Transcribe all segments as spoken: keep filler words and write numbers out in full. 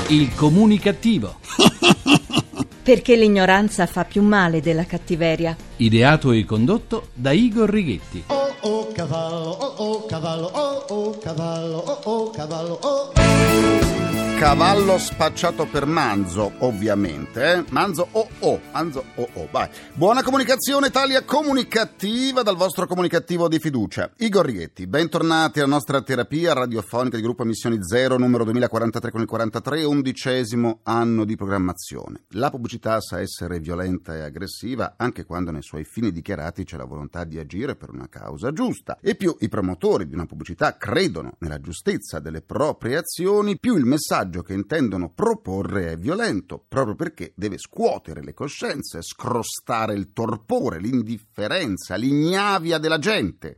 Il comunicativo. Perché l'ignoranza fa più male della cattiveria. Ideato e condotto da Igor Righetti. Oh oh cavallo, oh oh cavallo, oh oh cavallo, oh oh cavallo, oh. Cavallo spacciato per manzo, ovviamente, eh? Manzo oh oh, manzo oh oh, vai. Buona comunicazione, Italia comunicativa, dal vostro comunicativo di fiducia. Igor Righetti, bentornati alla nostra terapia radiofonica di gruppo Emissioni Zero, numero duemilaquarantatré con il quarantatré, undicesimo anno di programmazione. La pubblicità sa essere violenta e aggressiva anche quando nei suoi fini dichiarati c'è la volontà di agire per una causa giusta. E più i promotori di una pubblicità credono nella giustezza delle proprie azioni, più il messaggio che intendono proporre è violento, proprio perché deve scuotere le coscienze, scrostare il torpore, l'indifferenza, l'ignavia della gente.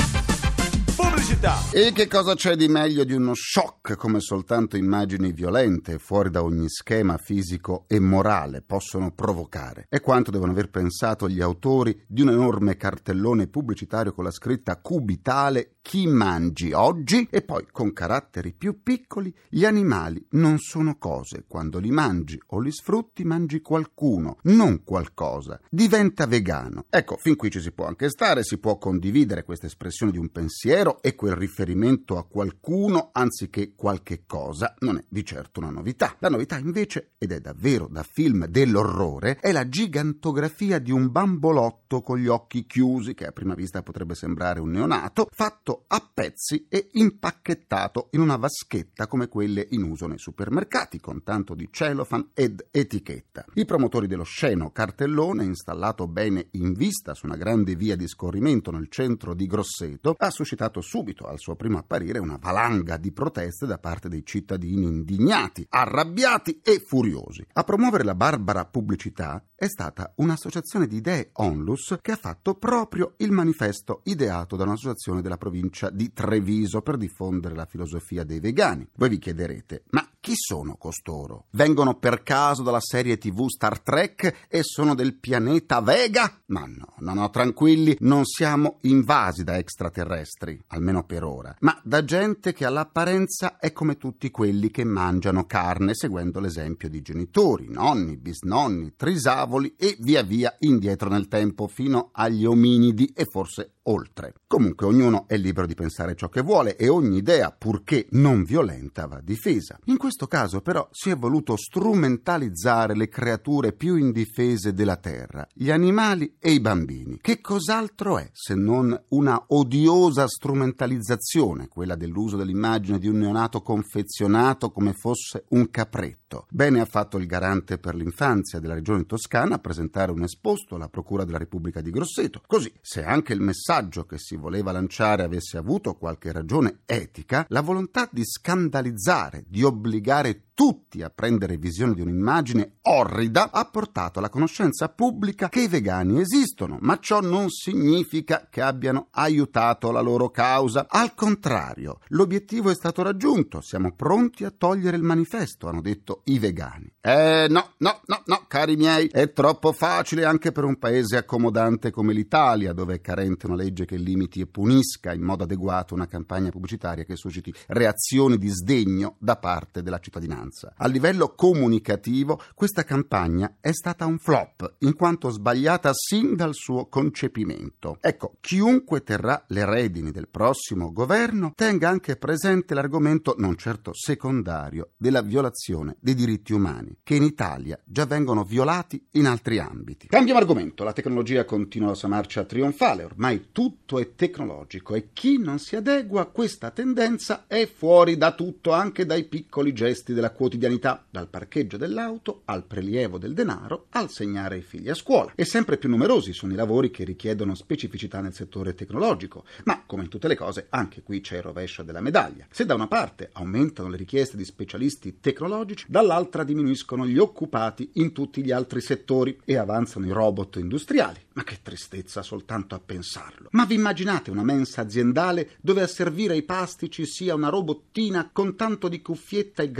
Pubblicità! E che cosa c'è di meglio di uno shock come soltanto immagini violente, fuori da ogni schema fisico e morale, possono provocare? È quanto devono aver pensato gli autori di un enorme cartellone pubblicitario con la scritta cubitale "Chi mangi oggi?" e poi con caratteri più piccoli: "Gli animali non sono cose, quando li mangi o li sfrutti mangi qualcuno, non qualcosa, diventa vegano." Ecco, fin qui ci si può anche stare, si può condividere questa espressione di un pensiero, e quel riferimento a qualcuno anziché qualche cosa non è di certo una novità. La novità invece, ed è davvero da film dell'orrore, è la gigantografia di un bambolotto con gli occhi chiusi, che a prima vista potrebbe sembrare un neonato, fatto a pezzi e impacchettato in una vaschetta come quelle in uso nei supermercati, con tanto di cellophane ed etichetta. I promotori dello sceno cartellone, installato bene in vista su una grande via di scorrimento nel centro di Grosseto, ha suscitato subito al suo primo apparire una valanga di proteste da parte dei cittadini indignati, arrabbiati e furiosi. A promuovere la barbara pubblicità è stata un'associazione di idee onlus che ha fatto proprio il manifesto ideato da un'associazione della provincia di Treviso per diffondere la filosofia dei vegani. Voi vi chiederete: ma chi sono costoro? Vengono per caso dalla serie tivù Star Trek e sono del pianeta Vega? Ma no, no, no, tranquilli, non siamo invasi da extraterrestri, almeno per ora, ma da gente che all'apparenza è come tutti quelli che mangiano carne, seguendo l'esempio di genitori, nonni, bisnonni, trisavoli e via via indietro nel tempo fino agli ominidi e forse oltre. Comunque ognuno è libero di pensare ciò che vuole e ogni idea, purché non violenta, va difesa. In questo caso però si è voluto strumentalizzare le creature più indifese della terra, gli animali e i bambini. Che cos'altro è se non una odiosa strumentalizzazione, quella dell'uso dell'immagine di un neonato confezionato come fosse un capretto? Bene ha fatto il garante per l'infanzia della regione Toscana a presentare un esposto alla Procura della Repubblica di Grosseto. Così, se anche il messaggio che si voleva lanciare avesse avuto qualche ragione etica, la volontà di scandalizzare, di obbligare tutti a prendere visione di un'immagine orrida ha portato alla conoscenza pubblica che i vegani esistono, ma ciò non significa che abbiano aiutato la loro causa. Al contrario, l'obiettivo è stato raggiunto, siamo pronti a togliere il manifesto, hanno detto i vegani. Eh no, no, no, no, cari miei, è troppo facile anche per un paese accomodante come l'Italia, dove è carente una legge che limiti e punisca in modo adeguato una campagna pubblicitaria che susciti reazioni di sdegno da parte della cittadinanza. A livello comunicativo, questa campagna è stata un flop, in quanto sbagliata sin dal suo concepimento. Ecco, chiunque terrà le redini del prossimo governo tenga anche presente l'argomento non certo secondario della violazione dei diritti umani, che in Italia già vengono violati in altri ambiti. Cambiamo argomento, la tecnologia continua la sua marcia trionfale, ormai tutto è tecnologico e chi non si adegua a questa tendenza è fuori da tutto, anche dai piccoli gesti della quotidianità, dal parcheggio dell'auto al prelievo del denaro al segnare i figli a scuola. E sempre più numerosi sono i lavori che richiedono specificità nel settore tecnologico, ma come in tutte le cose anche qui c'è il rovescio della medaglia. Se da una parte aumentano le richieste di specialisti tecnologici, dall'altra diminuiscono gli occupati in tutti gli altri settori e avanzano i robot industriali. Ma che tristezza soltanto a pensarlo. Ma vi immaginate una mensa aziendale dove a servire i pasti ci sia una robottina con tanto di cuffietta e grembiulino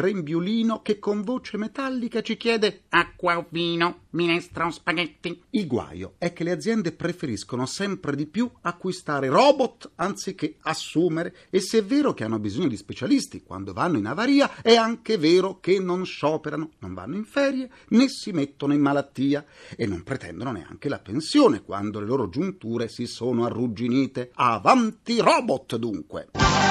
cagnolino che con voce metallica ci chiede acqua o vino, minestra o spaghetti. Il guaio è che le aziende preferiscono sempre di più acquistare robot anziché assumere, e se è vero che hanno bisogno di specialisti quando vanno in avaria, è anche vero che non scioperano, non vanno in ferie né si mettono in malattia e non pretendono neanche la pensione quando le loro giunture si sono arrugginite. Avanti robot dunque!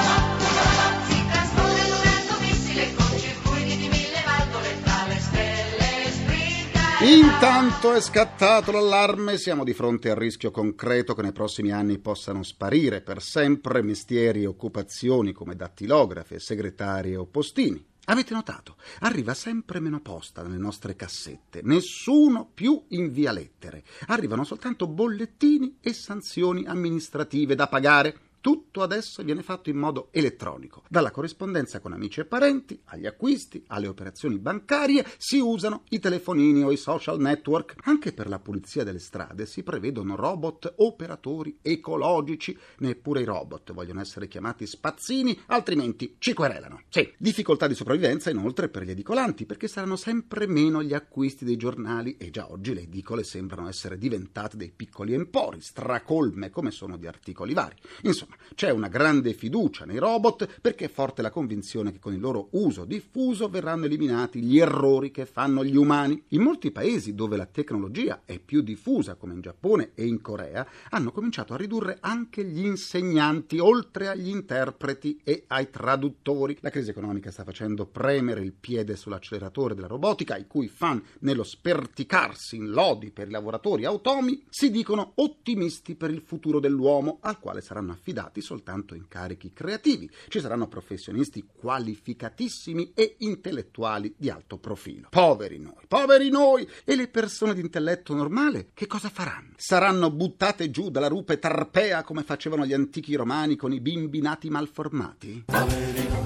Intanto è scattato l'allarme, siamo di fronte al rischio concreto che nei prossimi anni possano sparire per sempre mestieri e occupazioni come dattilografe, segretarie o postini. Avete notato? Arriva sempre meno posta nelle nostre cassette, nessuno più invia lettere, arrivano soltanto bollettini e sanzioni amministrative da pagare. Tutto adesso viene fatto in modo elettronico. Dalla corrispondenza con amici e parenti, agli acquisti, alle operazioni bancarie, si usano i telefonini o i social network. Anche per la pulizia delle strade si prevedono robot operatori ecologici. Neppure i robot vogliono essere chiamati spazzini, altrimenti ci querelano. Sì, difficoltà di sopravvivenza inoltre per gli edicolanti, perché saranno sempre meno gli acquisti dei giornali e già oggi le edicole sembrano essere diventate dei piccoli empori, stracolme come sono di articoli vari. Insomma, c'è una grande fiducia nei robot perché è forte la convinzione che con il loro uso diffuso verranno eliminati gli errori che fanno gli umani. In molti paesi dove la tecnologia è più diffusa, come in Giappone e in Corea, hanno cominciato a ridurre anche gli insegnanti, oltre agli interpreti e ai traduttori. La crisi economica sta facendo premere il piede sull'acceleratore della robotica, i cui fan, nello sperticarsi in lodi per i lavoratori automi, si dicono ottimisti per il futuro dell'uomo, al quale saranno affidati soltanto incarichi creativi. Ci saranno professionisti qualificatissimi e intellettuali di alto profilo. Poveri noi, poveri noi! E le persone di intelletto normale che cosa faranno? Saranno buttate giù dalla rupe Tarpea come facevano gli antichi romani con i bimbi nati malformati? Poveri noi.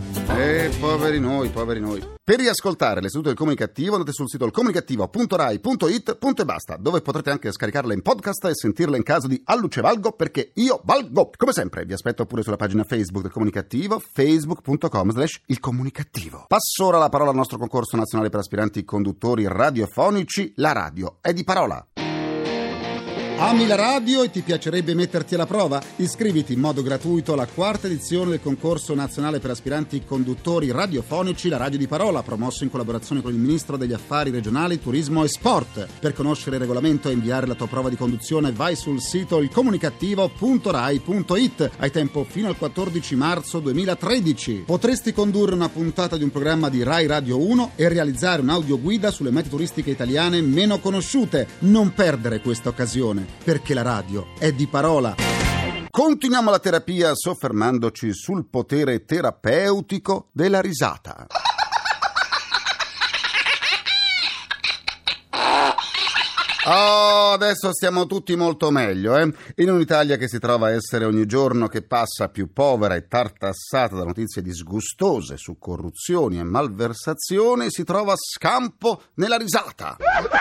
Eh, poveri noi, poveri noi. Per riascoltare le sedute del Comunicativo andate sul sito ilcomunicativo punto rai punto it punto e basta, dove potrete anche scaricarle in podcast e sentirle in caso di Alluce Valgo, perché io valgo. Come sempre vi aspetto pure sulla pagina Facebook del Comunicativo, facebook punto com slash il comunicativo. Passo ora la parola al nostro concorso nazionale per aspiranti conduttori radiofonici. La radio è di parola. Ami la radio e ti piacerebbe metterti alla prova? Iscriviti in modo gratuito alla quarta edizione del concorso nazionale per aspiranti conduttori radiofonici La Radio di Parola, promosso in collaborazione con il Ministro degli Affari Regionali, Turismo e Sport. Per conoscere il regolamento e inviare la tua prova di conduzione vai sul sito ilcomunicativo punto rai punto it. Hai tempo fino al quattordici marzo duemilatredici. Potresti condurre una puntata di un programma di Rai Radio uno e realizzare un'audioguida sulle mete turistiche italiane meno conosciute. Non perdere questa occasione, perché la radio è di parola. Continuiamo la terapia soffermandoci sul potere terapeutico della risata. Oh, adesso stiamo tutti molto meglio, eh? In un'Italia che si trova a essere ogni giorno che passa più povera e tartassata da notizie disgustose su corruzioni e malversazioni, si trova scampo nella risata.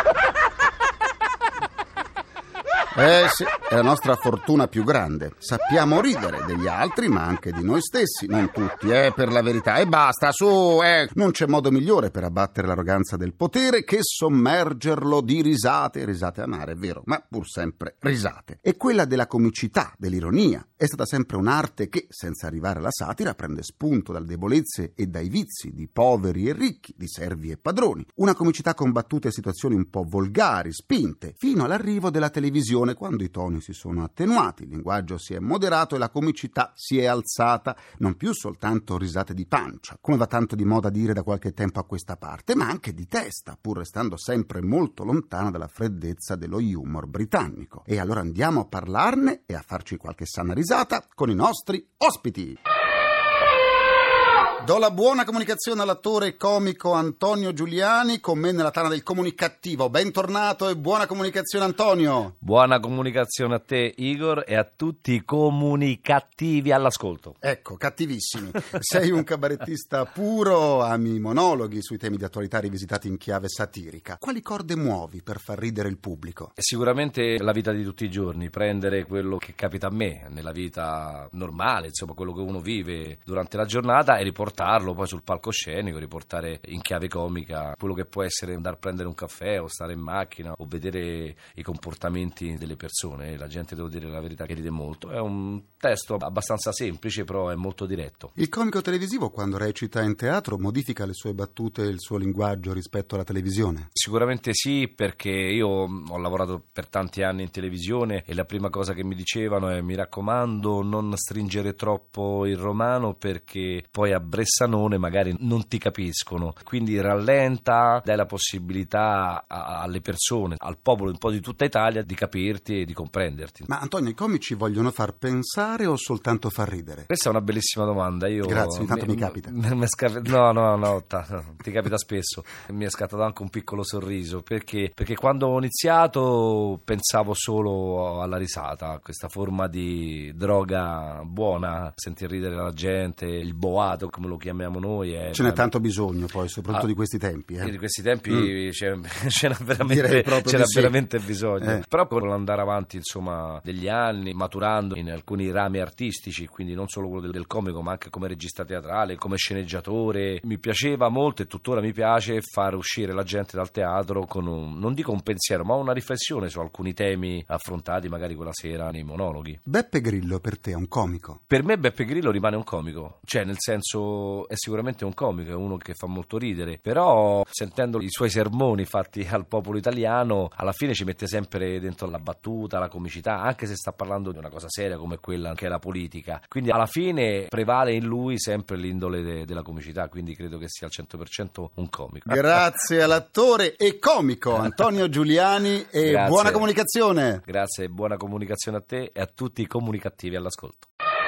Eh sì, è la nostra fortuna più grande. Sappiamo ridere degli altri, ma anche di noi stessi. Non tutti, eh, per la verità. E basta, su, eh. Non c'è modo migliore per abbattere l'arroganza del potere che sommergerlo di risate. Risate amare, è vero, ma pur sempre risate. E quella della comicità, dell'ironia, è stata sempre un'arte che, senza arrivare alla satira, prende spunto dalle debolezze e dai vizi di poveri e ricchi, di servi e padroni. Una comicità combattuta in situazioni un po' volgari, spinte, fino all'arrivo della televisione, quando i toni si sono attenuati, il linguaggio si è moderato e la comicità si è alzata, non più soltanto risate di pancia, come va tanto di moda dire da qualche tempo a questa parte, ma anche di testa, pur restando sempre molto lontana dalla freddezza dello humor britannico. E allora andiamo a parlarne e a farci qualche sana risata con i nostri ospiti. Do la buona comunicazione all'attore e comico Antonio Giuliani, con me nella tana del Comunicativo. Bentornato e buona comunicazione, Antonio. Buona comunicazione a te, Igor, e a tutti i comunicativi all'ascolto. Ecco, cattivissimi. Sei un cabarettista puro, ami monologhi sui temi di attualità rivisitati in chiave satirica. Quali corde muovi per far ridere il pubblico? Sicuramente la vita di tutti i giorni, prendere quello che capita a me nella vita normale, insomma quello che uno vive durante la giornata, e riportare riportarlo poi sul palcoscenico, riportare in chiave comica quello che può essere andare a prendere un caffè o stare in macchina o vedere i comportamenti delle persone. La gente, devo dire la verità, che ride molto. È un testo abbastanza semplice, però è molto diretto. Il comico televisivo, quando recita in teatro, modifica le sue battute e il suo linguaggio rispetto alla televisione? Sicuramente sì, perché io ho lavorato per tanti anni in televisione e la prima cosa che mi dicevano è: mi raccomando, non stringere troppo il romano perché poi a Bressanone magari non ti capiscono, quindi rallenta, dai la possibilità a, alle persone, al popolo un po' di tutta Italia di capirti e di comprenderti. Ma Antonio, i comici vogliono far pensare o soltanto far ridere? Questa è una bellissima domanda. Io Grazie, intanto mi, mi capita. Mi, mi sca... No, no, no, ta, no, ti capita spesso. Mi è scattato anche un piccolo sorriso perché, perché quando ho iniziato pensavo solo alla risata, questa forma di droga buona, sentir ridere la gente, il boato come lo chiamiamo noi. È... Ce n'è tanto bisogno poi, soprattutto ah, di questi tempi. Eh. Di questi tempi mm. c'è, c'era veramente, c'era veramente sì. bisogno. Eh. Però con l'andare avanti insomma degli anni, maturando in alcuni rami artistici, quindi non solo quello del, del comico, ma anche come regista teatrale, come sceneggiatore, mi piaceva molto e tuttora mi piace far uscire la gente dal teatro con un, non dico un pensiero, ma una riflessione su alcuni temi affrontati magari quella sera nei monologhi. Beppe Grillo per te è un comico? Per me Beppe Grillo rimane un comico, cioè nel senso è sicuramente un comico, è uno che fa molto ridere, però sentendo i suoi sermoni fatti al popolo italiano alla fine ci mette sempre dentro la battuta, la comicità, anche se sta parlando di una cosa seria come quella che è la politica, quindi alla fine prevale in lui sempre l'indole de- della comicità, quindi credo che sia al cento per cento un comico. Grazie all'attore e comico Antonio Giuliani e Grazie. Buona comunicazione. Grazie e buona comunicazione a te e a tutti i comunicativi all'ascolto.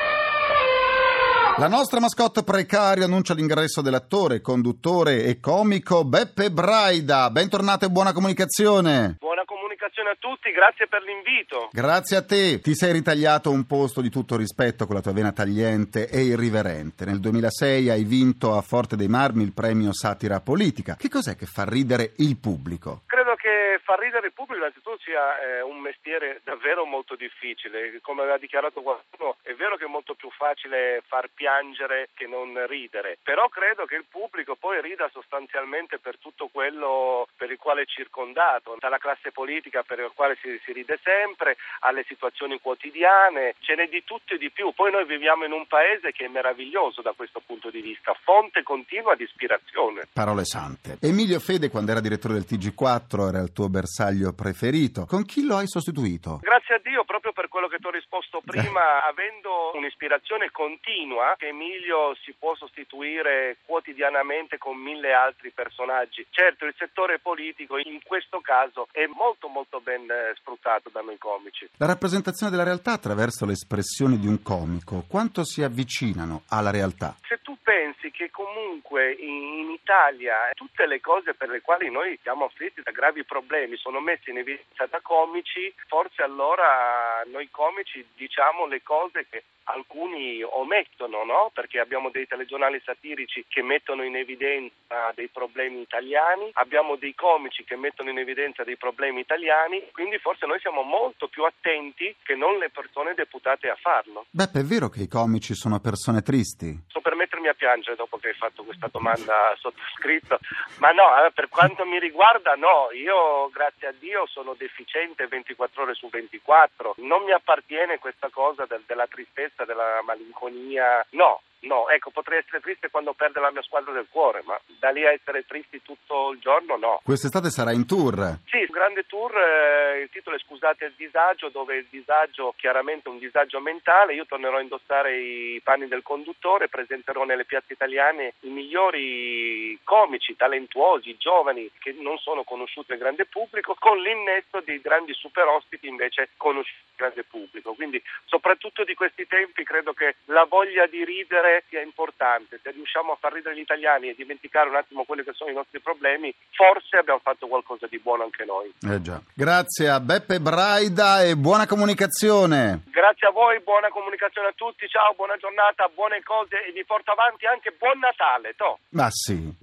La nostra mascotte precario annuncia l'ingresso dell'attore, conduttore e comico Beppe Braida. Bentornato e buona comunicazione. Buona comunicazione a tutti, grazie per l'invito. Grazie a te. Ti sei ritagliato un posto di tutto rispetto con la tua vena tagliente e irriverente. Nel duemilasei hai vinto a Forte dei Marmi il premio Satira Politica. Che cos'è che fa ridere il pubblico? Credo che far ridere il pubblico innanzitutto sia eh, un mestiere davvero molto difficile. Come aveva dichiarato qualcuno, è vero che è molto più facile far piangere che non ridere, però credo che il pubblico poi rida sostanzialmente per tutto quello per il quale è circondato, dalla classe politica per la quale si, si ride sempre, alle situazioni quotidiane, ce n'è di tutto e di più. Poi noi viviamo in un paese che è meraviglioso da questo punto di vista, fonte continua di ispirazione. Parole sante. Emilio Fede, quando era direttore del T G quattro, era il tuo bersaglio preferito. Con chi lo hai sostituito? Grazie a Dio, proprio per quello che ti ho risposto prima, avendo un'ispirazione continua, che Emilio si può sostituire quotidianamente con mille altri personaggi. Certo, il settore politico in questo caso è molto molto ben sfruttato da noi comici. La rappresentazione della realtà attraverso le espressioni di un comico, quanto si avvicinano alla realtà? Se tu pensi che comunque in Italia tutte le cose per le quali noi siamo afflitti da gravi problemi sono messe in evidenza da comici, forse allora noi comici diciamo le cose che alcuni omettono, no? Perché abbiamo dei telegiornali satirici che mettono in evidenza dei problemi italiani, abbiamo dei comici che mettono in evidenza dei problemi italiani, quindi forse noi siamo molto più attenti che non le persone deputate a farlo. Beppe, è vero che i comici sono persone tristi? So permettermi a piangere dopo che hai fatto questa domanda sottoscritto, ma no, per quanto mi riguarda no, io grazie a Dio sono deficiente ventiquattro ore su ventiquattro, non mi appartiene questa cosa del, della tristezza, della malinconia, no. No, ecco, potrei essere triste quando perde la mia squadra del cuore, ma da lì a essere tristi tutto il giorno, no. Quest'estate sarà in tour? Sì, un grande tour, eh, il titolo è Scusate il disagio, dove il disagio chiaramente è un disagio mentale. Io tornerò a indossare i panni del conduttore, presenterò nelle piazze italiane i migliori comici, talentuosi, giovani, che non sono conosciuti al grande pubblico, con l'innesto dei grandi super ospiti invece conosciuti al grande pubblico. Quindi, soprattutto di questi tempi, credo che la voglia di ridere sia importante. Se riusciamo a far ridere gli italiani e dimenticare un attimo quelli che sono i nostri problemi, forse abbiamo fatto qualcosa di buono anche noi. Eh già. Grazie a Beppe Braida e buona comunicazione. Grazie a voi, buona comunicazione a tutti, ciao, buona giornata, buone cose e vi porto avanti anche buon Natale, to. Ma sì.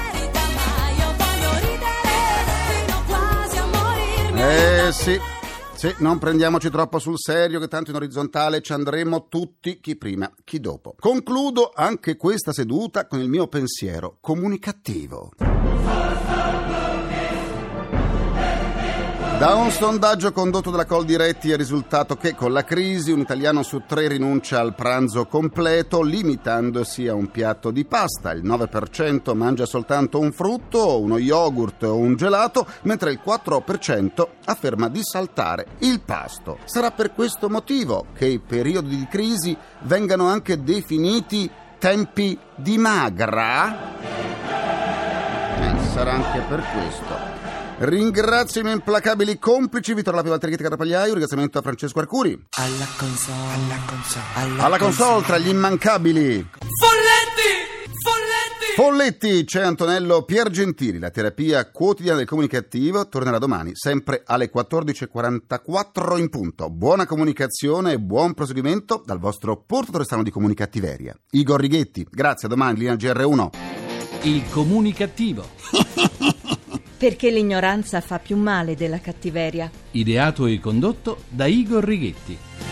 Eh sì. Sì, non prendiamoci troppo sul serio, che tanto in orizzontale ci andremo tutti, chi prima, chi dopo. Concludo anche questa seduta con il mio pensiero comunicativo. Da un sondaggio condotto dalla Coldiretti è risultato che con la crisi un italiano su tre rinuncia al pranzo completo limitandosi a un piatto di pasta, il nove per cento mangia soltanto un frutto, uno yogurt o un gelato, mentre il quattro per cento afferma di saltare il pasto. Sarà per questo motivo che i periodi di crisi vengano anche definiti tempi di magra? Eh, sarà anche per questo. Ringrazio i miei implacabili complici Vittorio Lapi, Walter Ghetti, Carapagliaio. Un ringraziamento a Francesco Arcuri. Alla console, alla console, alla, alla console tra gli immancabili Folletti! Folletti! Folletti, c'è Antonello Piergentili. La terapia quotidiana del comunicativo tornerà domani, sempre alle quattordici e quarantaquattro in punto. Buona comunicazione e buon proseguimento dal vostro portatore strano di comunicattiveria, Igor Righetti. Grazie, a domani, linea G R uno. Il comunicativo. Perché l'ignoranza fa più male della cattiveria. Ideato e condotto da Igor Righetti.